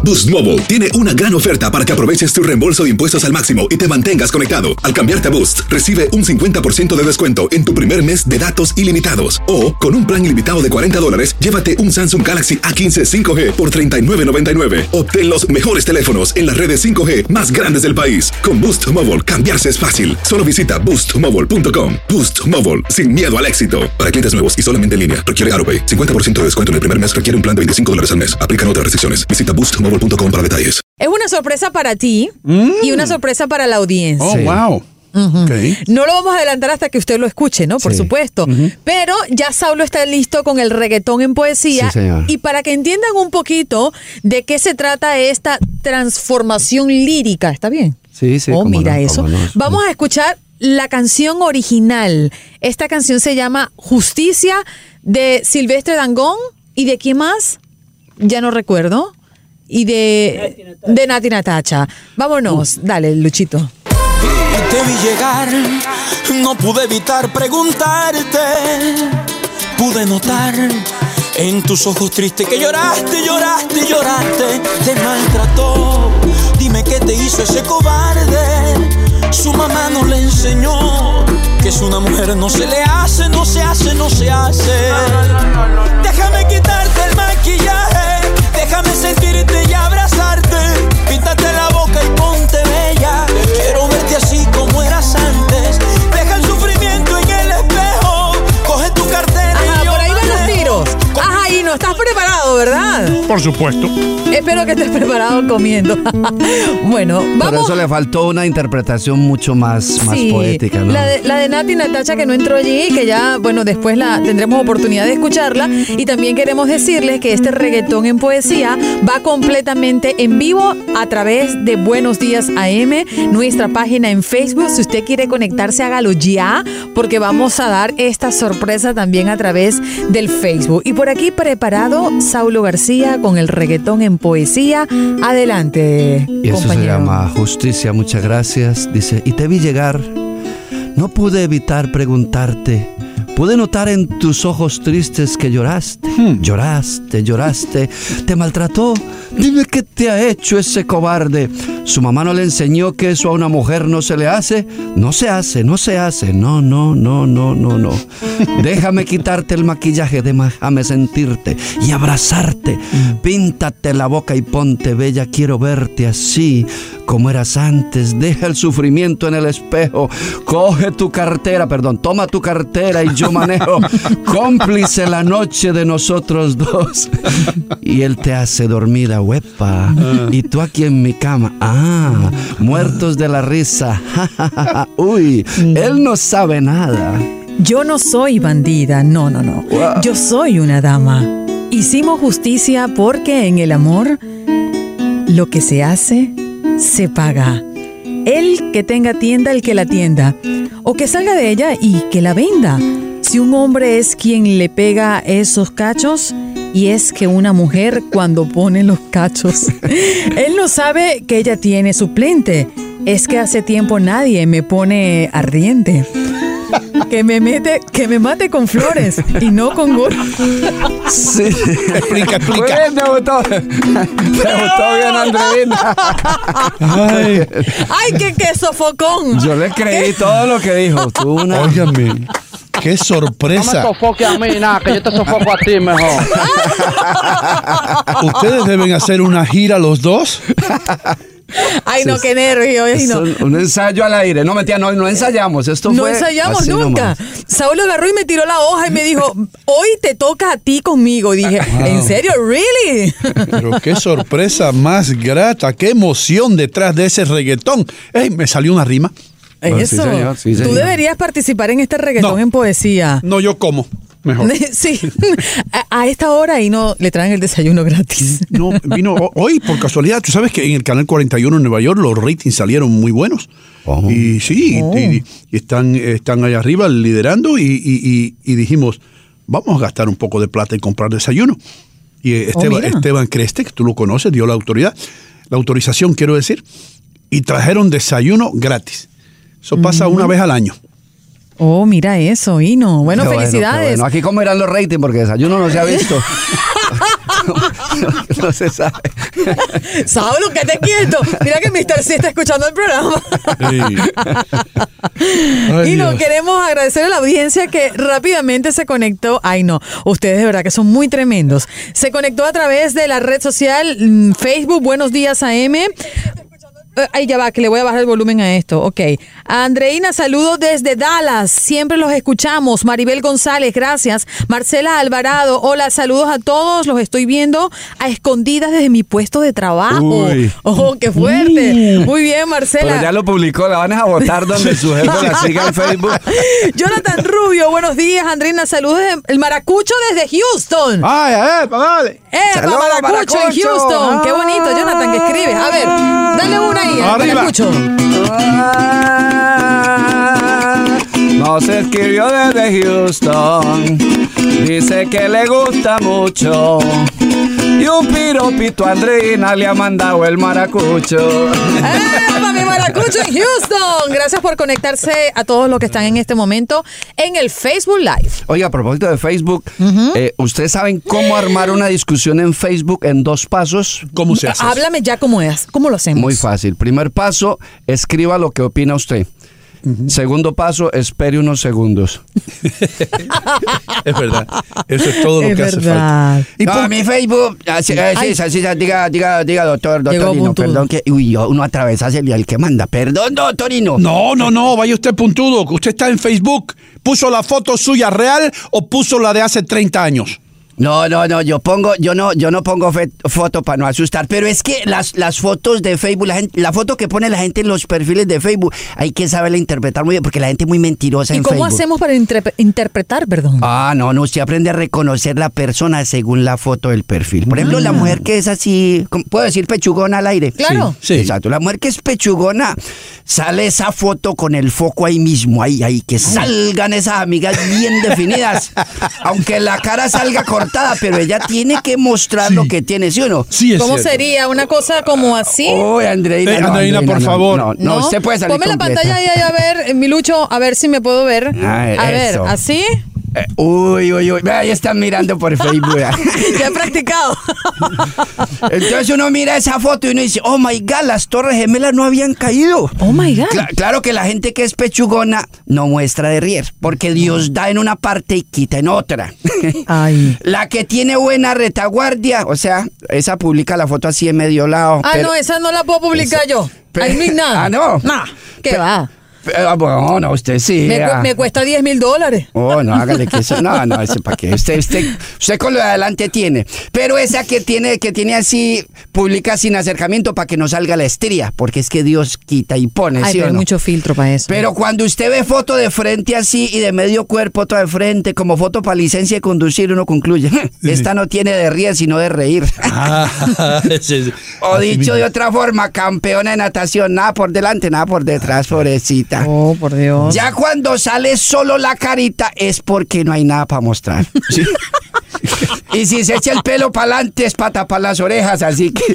Boost Mobile tiene una gran oferta para que aproveches tu reembolso de impuestos al máximo y te mantengas conectado. Al cambiarte a Boost, recibe un 50% de descuento en tu primer mes de datos ilimitados. O, con un plan ilimitado de $40, llévate un Samsung Galaxy A15 5G por $39.99. Obtén los mejores teléfonos en las redes 5G más grandes del país. Con Boost Mobile, cambiarse es fácil. Solo visita boostmobile.com. Boost Mobile, sin miedo al éxito. Para clientes nuevos y solamente en línea, requiere AroPay. 50% de descuento en el primer mes requiere un plan de $25 al mes. Aplican otras restricciones. Visita boostmobile.com para detalles. Es una sorpresa para ti y una sorpresa para la audiencia. Oh, wow. Okay. No lo vamos a adelantar hasta que usted lo escuche, ¿no? Por supuesto. Pero ya Saulo está listo con el reggaetón en poesía. Sí, señor. Y para que entiendan un poquito de qué se trata esta transformación lírica, ¿está bien? Sí, sí. Oh, mira no, eso. No. Vamos a escuchar la canción original. Esta canción se llama Justicia, de Silvestre Dangond. ¿Y de quién más? Ya no recuerdo. Y de Nati Natacha. Vámonos. Dale, Luchito. Te vi llegar, no pude evitar preguntarte. Pude notar en tus ojos tristes que lloraste, lloraste, lloraste. Te maltrató, dime qué te hizo ese cobarde. Su mamá no le enseñó que es una mujer, no se le hace, no se hace, no se hace. Déjame quitarte el maquillaje, déjame sentirte y abrazarte. Píntate la boca y ponte bella. Quiero verte así como eras antes. Deja el sufrimiento en el espejo. Coge tu cartera. Ajá, y por ahí van los tiros. Ajá, y no estás preparado, ¿verdad? Por supuesto. Espero que estés preparado comiendo. Bueno, vamos. Por eso le faltó una interpretación mucho más poética, ¿no? La de Nati Natacha, que no entró allí, que ya, bueno, después tendremos oportunidad de escucharla. Y también queremos decirles que este reggaetón en poesía va completamente en vivo a través de Buenos Días AM, nuestra página en Facebook. Si usted quiere conectarse, hágalo ya, porque vamos a dar esta sorpresa también a través del Facebook. Y por aquí preparado Saulo García con el reggaetón en poesía. Adelante, y eso compañero. se llama Justicia, muchas gracias. Dice, y te vi llegar, no pude evitar preguntarte. Pude notar en tus ojos tristes que lloraste, lloraste, lloraste. Te maltrató, dime qué te ha hecho ese cobarde. Su mamá no le enseñó que eso a una mujer no se le hace. No se hace, no se hace. No. Déjame quitarte el maquillaje, déjame sentirte y abrazarte. Píntate la boca y ponte bella. Quiero verte así como eras antes. Deja el sufrimiento en el espejo. Coge tu cartera, toma tu cartera y yo manejo. Cómplice la noche de nosotros dos. Y él te hace dormida, huepa. Y tú aquí en mi cama. Muertos de la risa. Uy, él no sabe nada. Yo no soy bandida, no. Wow. Yo soy una dama. Hicimos justicia porque en el amor lo que se hace, se paga. El que tenga tienda, el que la tienda. O que salga de ella y que la venda. Si un hombre es quien le pega esos cachos, y es que una mujer cuando pone los cachos, él no sabe que ella tiene suplente. Es que hace tiempo nadie me pone ardiente. Que me mate con flores y no con gol. Sí. Explica. Me gustó bien, Andreina. Ay, qué sofocón. Yo le creí todo lo que dijo. Óigame, qué sorpresa. No me sofoque a mí, nada, que yo te sofoco a ti mejor. ¿Ustedes deben hacer una gira los dos? Ay, no, qué nervio. Un ensayo al aire. No ensayamos. No ensayamos nunca. Saúl agarró y me tiró la hoja y me dijo, hoy te toca a ti conmigo. Y dije, ¿en serio? ¿Really? Pero qué sorpresa más grata, qué emoción detrás de ese reggaetón. Me salió una rima. Eso. Sí, señor. Tú deberías participar en este reggaetón en poesía. No, yo como. Mejor. Sí, a esta hora y no le traen el desayuno gratis. No, vino hoy por casualidad. Tú sabes que en el canal 41 en Nueva York los ratings salieron muy buenos. Y sí, y están allá arriba liderando y dijimos, vamos a gastar un poco de plata y comprar desayuno. Y Esteban Creste, que tú lo conoces, dio la autorización, quiero decir, y trajeron desayuno gratis. Eso pasa una vez al año. Oh, mira eso, Hino. Bueno, felicidades. Bueno, aquí cómo irán los ratings, porque desayuno no se ha visto. No se sabe. Saulo, quédate quieto. Mira que Mr. C está escuchando el programa. Ay, Y nos Dios. queremos agradecer a la audiencia que rápidamente se conectó. Ay, no, ustedes de verdad que son muy tremendos. Se conectó a través de la red social Facebook, Buenos Días AM. Ay, ya va, que le voy a bajar el volumen a esto. Ok. Andreina, saludos desde Dallas. Siempre los escuchamos. Maribel González, gracias. Marcela Alvarado, hola, saludos a todos. Los estoy viendo a escondidas desde mi puesto de trabajo. Uy. Oh, qué fuerte. Muy bien, Marcela. Pero ya lo publicó, la van a votar donde su jefe la siga en Facebook. Jonathan Rubio, buenos días. Andreina, saludos desde el Maracucho desde Houston. Ay, vale. Saludos, Maracucho en Maracucho. Houston. Qué bonito, Jonathan, que escribes. A ver, dale una ahí al Arriba. Maracucho. Nos escribió desde Houston, dice que le gusta mucho. Y un piropito a Andreina le ha mandado el Maracucho. ¡Epa, mi Maracucho en Houston! Gracias por conectarse a todos los que están en este momento en el Facebook Live. Oiga, a propósito de Facebook, ¿ustedes saben cómo armar una discusión en Facebook en 2 pasos? ¿Cómo se hace? Háblame ya cómo es. ¿Cómo lo hacemos? Muy fácil. Primer paso, escriba lo que opina usted. Segundo paso, espere unos segundos. Es verdad. Eso es todo lo Es que hace verdad. falta. Y No, por- a mi Facebook, diga, doctor Llegó Nino, puntudo. perdón que, uno atravesa el que manda. Perdón, doctor Nino. No, vaya usted puntudo. Usted está en Facebook. ¿Puso la foto suya real o puso la de hace 30 años? No, yo no pongo foto para no asustar, pero es que las fotos de Facebook, la foto que pone la gente en los perfiles de Facebook, hay que saberla interpretar muy bien, porque la gente es muy mentirosa ¿Y en cómo Facebook. hacemos para interpretar, perdón? No, usted aprende a reconocer la persona según la foto del perfil. Por ejemplo, la mujer que es así, ¿puedo decir pechugona al aire? Claro. Sí. Exacto, la mujer que es pechugona, sale esa foto con el foco ahí mismo, ahí, que salgan esas amigas bien definidas, aunque la cara salga cortada, pero ella tiene que mostrar lo que tiene, ¿sí o no? Sí, es ¿Cómo cierto. sería? ¿Una cosa como así? Uy, Andreina, Andreina, por favor. No, usted puede salir Ponme la completa. pantalla ahí, a ver, Milucho, a ver si me puedo ver. A ver, Eso. ¿así? Uy, vea, ahí están mirando por Facebook. vea. Ya he practicado. Entonces uno mira esa foto y uno dice, oh my God, las Torres Gemelas no habían caído. Oh my God. Claro que la gente que es pechugona no muestra de rier, porque Dios da en una parte y quita en otra. Ay. La que tiene buena retaguardia, o sea, esa publica la foto así en medio lado. No, esa no la puedo publicar yo. Ahí no hay nada. no. Nah, ¿qué va? Bueno, no, usted sí. Me cuesta $10,000. Oh, no, hágale que eso. No, ese para qué. Usted con lo de adelante tiene. Pero esa que tiene así, publica sin acercamiento para que no salga la estría, porque es que Dios quita y pone, Ay, ¿sí pero o hay no? mucho filtro para eso. Pero cuando usted ve foto de frente así y de medio cuerpo otra de frente, como foto para licencia de conducir, uno concluye, esta no tiene de ríe, sino de reír. O dicho de otra forma, campeona de natación, nada por delante, nada por detrás, pobrecita. Oh, por Dios. Ya cuando sale solo la carita es porque no hay nada para mostrar. ¿Sí? Y si se echa el pelo para adelante es para tapar las orejas, así que...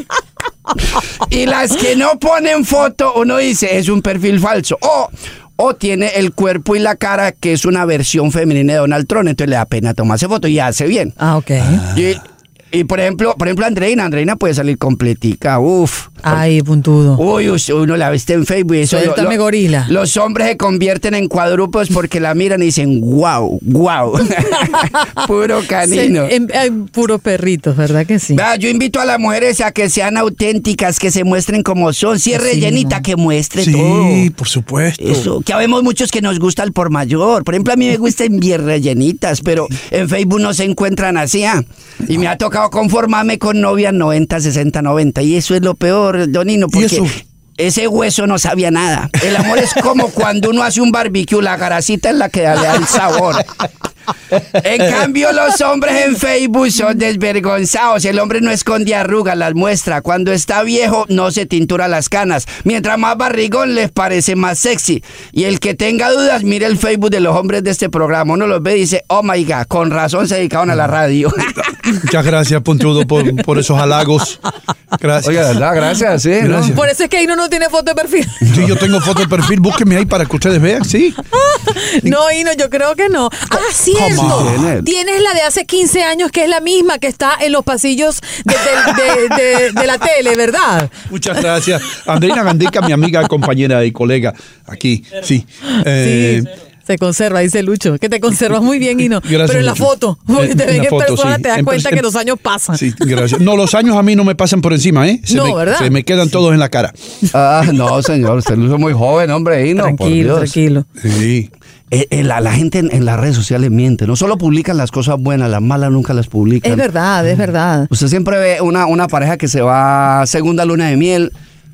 Y las que no ponen foto, uno dice, es un perfil falso. O tiene el cuerpo y la cara que es una versión femenina de Donald Trump, entonces le da pena tomarse foto y hace bien. Ok. Y por ejemplo, Andreina puede salir completica, uf. Ay, puntudo. Uy, uno la viste en Facebook y eso. Suéltame, gorila. Los hombres se convierten en cuadrúpedos porque la miran y dicen, wow. Puro canino. Hay puros perritos, ¿verdad que sí? Vea, yo invito a las mujeres a que sean auténticas, que se muestren como son. Si es Sí, rellenita, no. que muestre Sí, todo. por supuesto. Eso, que habemos muchos que nos gusta el por mayor. Por ejemplo, a mí me gustan bien rellenitas, pero en Facebook no se encuentran así. Y me ha tocado conformarme con novias 90, 60, 90. Y eso es lo peor, Donino, porque eso? ese hueso no sabía nada. El amor es como cuando uno hace un barbecue, la grasita es la que le da el sabor. En cambio, los hombres en Facebook son desvergonzados. El hombre no esconde arrugas, las muestra. Cuando está viejo, no se tintura las canas. Mientras más barrigón, les parece más sexy. Y el que tenga dudas, mire el Facebook de los hombres de este programa. Uno los ve y dice, oh my God, con razón se dedicaban a la radio. Muchas gracias, Puntudo, por esos halagos. Gracias. Oiga, ¿verdad? Gracias, sí. Gracias. Por eso es que Hino no tiene foto de perfil. Sí, yo tengo foto de perfil. Búsquenme ahí para que ustedes vean. Sí. No, Hino, yo creo que no. Ah, sí, entiendo. Come on. Tienes la de hace 15 años, que es la misma que está en los pasillos de la tele, ¿verdad? Muchas gracias. Andreina Gandica, mi amiga, compañera y colega aquí. Sí. Sí. Se conserva, dice Lucho, que te conservas muy bien y no. Gracias, pero en la Lucho. foto, porque te ven en foto, persona, sí. te das cuenta que los años pasan. Sí, gracias. No, los años a mí no me pasan por encima, ¿eh? ¿Verdad? Se me quedan todos en la cara. No, señor, usted lo hizo muy joven, hombre. Y no, Tranquilo, tranquilo. Sí. La gente en las redes sociales miente. No solo publican las cosas buenas, las malas nunca las publican. Es verdad, es verdad. Usted siempre ve una pareja que se va a segunda luna de miel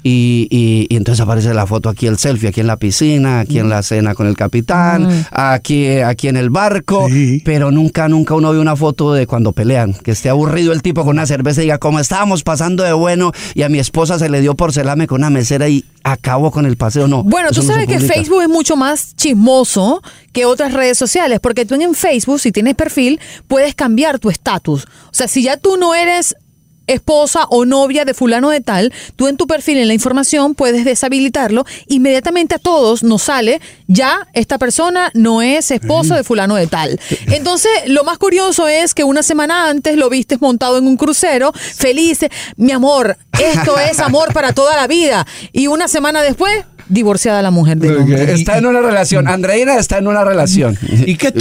y entonces aparece la foto aquí, el selfie, aquí en la piscina, aquí en la cena con el capitán, aquí en el barco, pero nunca uno ve una foto de cuando pelean, que esté aburrido el tipo con una cerveza y diga, como estábamos pasando de bueno y a mi esposa se le dio porcelame con una mesera y acabó con el paseo. No. Bueno, tú sabes que Facebook es mucho más chismoso que otras redes sociales, porque tú en Facebook, si tienes perfil, puedes cambiar tu estatus. O sea, si ya tú no eres esposa o novia de fulano de tal, tú en tu perfil, en la información, puedes deshabilitarlo. Inmediatamente a todos nos sale, ya esta persona no es esposa de fulano de tal. Entonces, lo más curioso es que una semana antes lo vistes montado en un crucero, feliz, mi amor, esto es amor para toda la vida. Y una semana después, divorciada la mujer del hombre. Está en una relación. Andreina está en una relación. ¿Y qué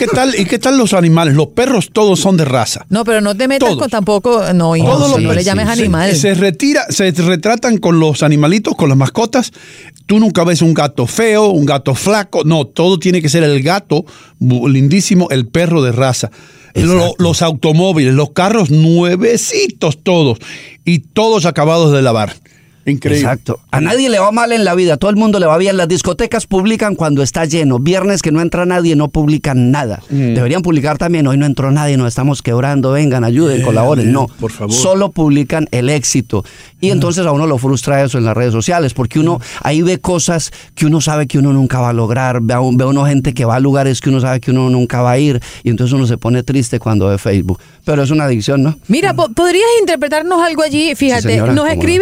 tal los animales? Los perros todos son de raza. No, pero no te metas con tampoco, no le llames animal. Se retratan con los animalitos, con las mascotas. Tú nunca ves un gato feo, un gato flaco. No, todo tiene que ser el gato lindísimo, el perro de raza. Los automóviles, los carros nuevecitos todos y todos acabados de lavar. Increíble. Exacto. A nadie le va mal en la vida, todo el mundo le va bien. Las discotecas publican cuando está lleno. Viernes que no entra nadie, no publican nada. Deberían publicar también, hoy no entró nadie, nos estamos quebrando, vengan, ayuden, colaboren. No, por favor. Solo publican el éxito. Y entonces a uno lo frustra eso en las redes sociales, porque uno ahí ve cosas que uno sabe que uno nunca va a lograr, ve uno gente que va a lugares que uno sabe que uno nunca va a ir, y entonces uno se pone triste cuando ve Facebook. Pero es una adicción, ¿no? Mira, ¿podrías interpretarnos algo allí? Fíjate, Sí, señora, nos escribe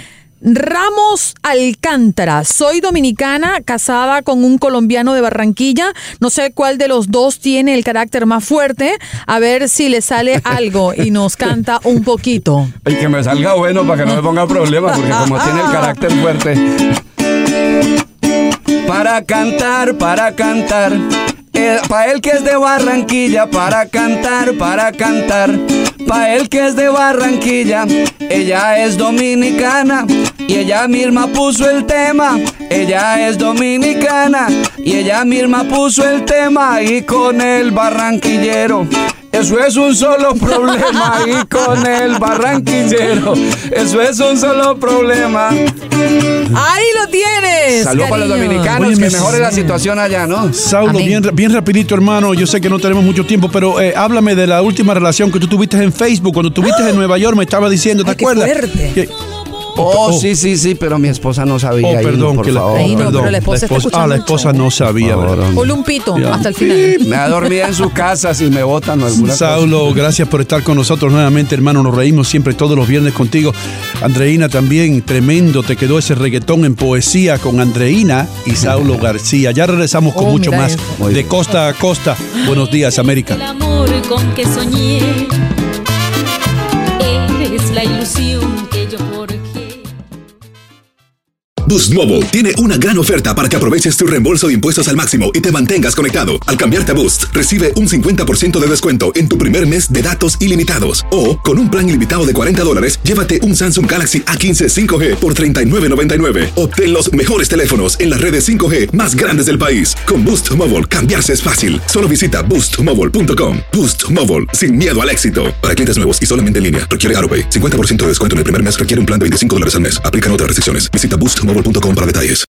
Ramos Alcántara. Soy dominicana, casada con un colombiano de Barranquilla. No sé cuál de los dos tiene el carácter más fuerte. A ver si le sale algo y nos canta un poquito. Y que me salga bueno para que no me ponga problema, porque como tiene el carácter fuerte. Para cantar. Pa' él que es de Barranquilla, para cantar. Pa' él que es de Barranquilla, ella es dominicana y ella misma puso el tema. Ella es dominicana y ella misma puso el tema. Y con el barranquillero, eso es un solo problema. Y con el barranquillero, eso es un solo problema. ¡Ahí lo tienes! Saludos para los dominicanos. Oye, que mejore la situación allá, ¿no? Saulo, bien rapidito, hermano. Yo sé que no tenemos mucho tiempo, pero háblame de la última relación que tú tuviste en Facebook. Cuando estuviste en Nueva York me estaba diciendo, ¿te acuerdas? Fuerte. Sí, pero mi esposa no sabía. Perdón, por favor. Ahí no, pero la esposa está escuchando la esposa no sabía, ¿verdad? Ponle un pito hasta el final. Me ha dormido en su casa si me botan o alguna Saulo, gracias por estar con nosotros nuevamente, hermano. Nos reímos siempre todos los viernes contigo. Andreina también, tremendo. Te quedó ese reggaetón en poesía con Andreina y Saulo García. Ya regresamos con mucho mira más eso. de costa a costa. Buenos días, América. El amor con que soñé, eres la ilusión que yo forjé. Boost Mobile tiene una gran oferta para que aproveches tu reembolso de impuestos al máximo y te mantengas conectado. Al cambiarte a Boost, recibe un 50% de descuento en tu primer mes de datos ilimitados. O, con un plan ilimitado de $40, llévate un Samsung Galaxy A15 5G por $39.99. Obtén los mejores teléfonos en las redes 5G más grandes del país. Con Boost Mobile, cambiarse es fácil. Solo visita boostmobile.com. Boost Mobile, sin miedo al éxito. Para clientes nuevos y solamente en línea, requiere AroPay. 50% de descuento en el primer mes requiere un plan de $25 al mes. Aplican otras restricciones. Visita boostmobile.com para detalles.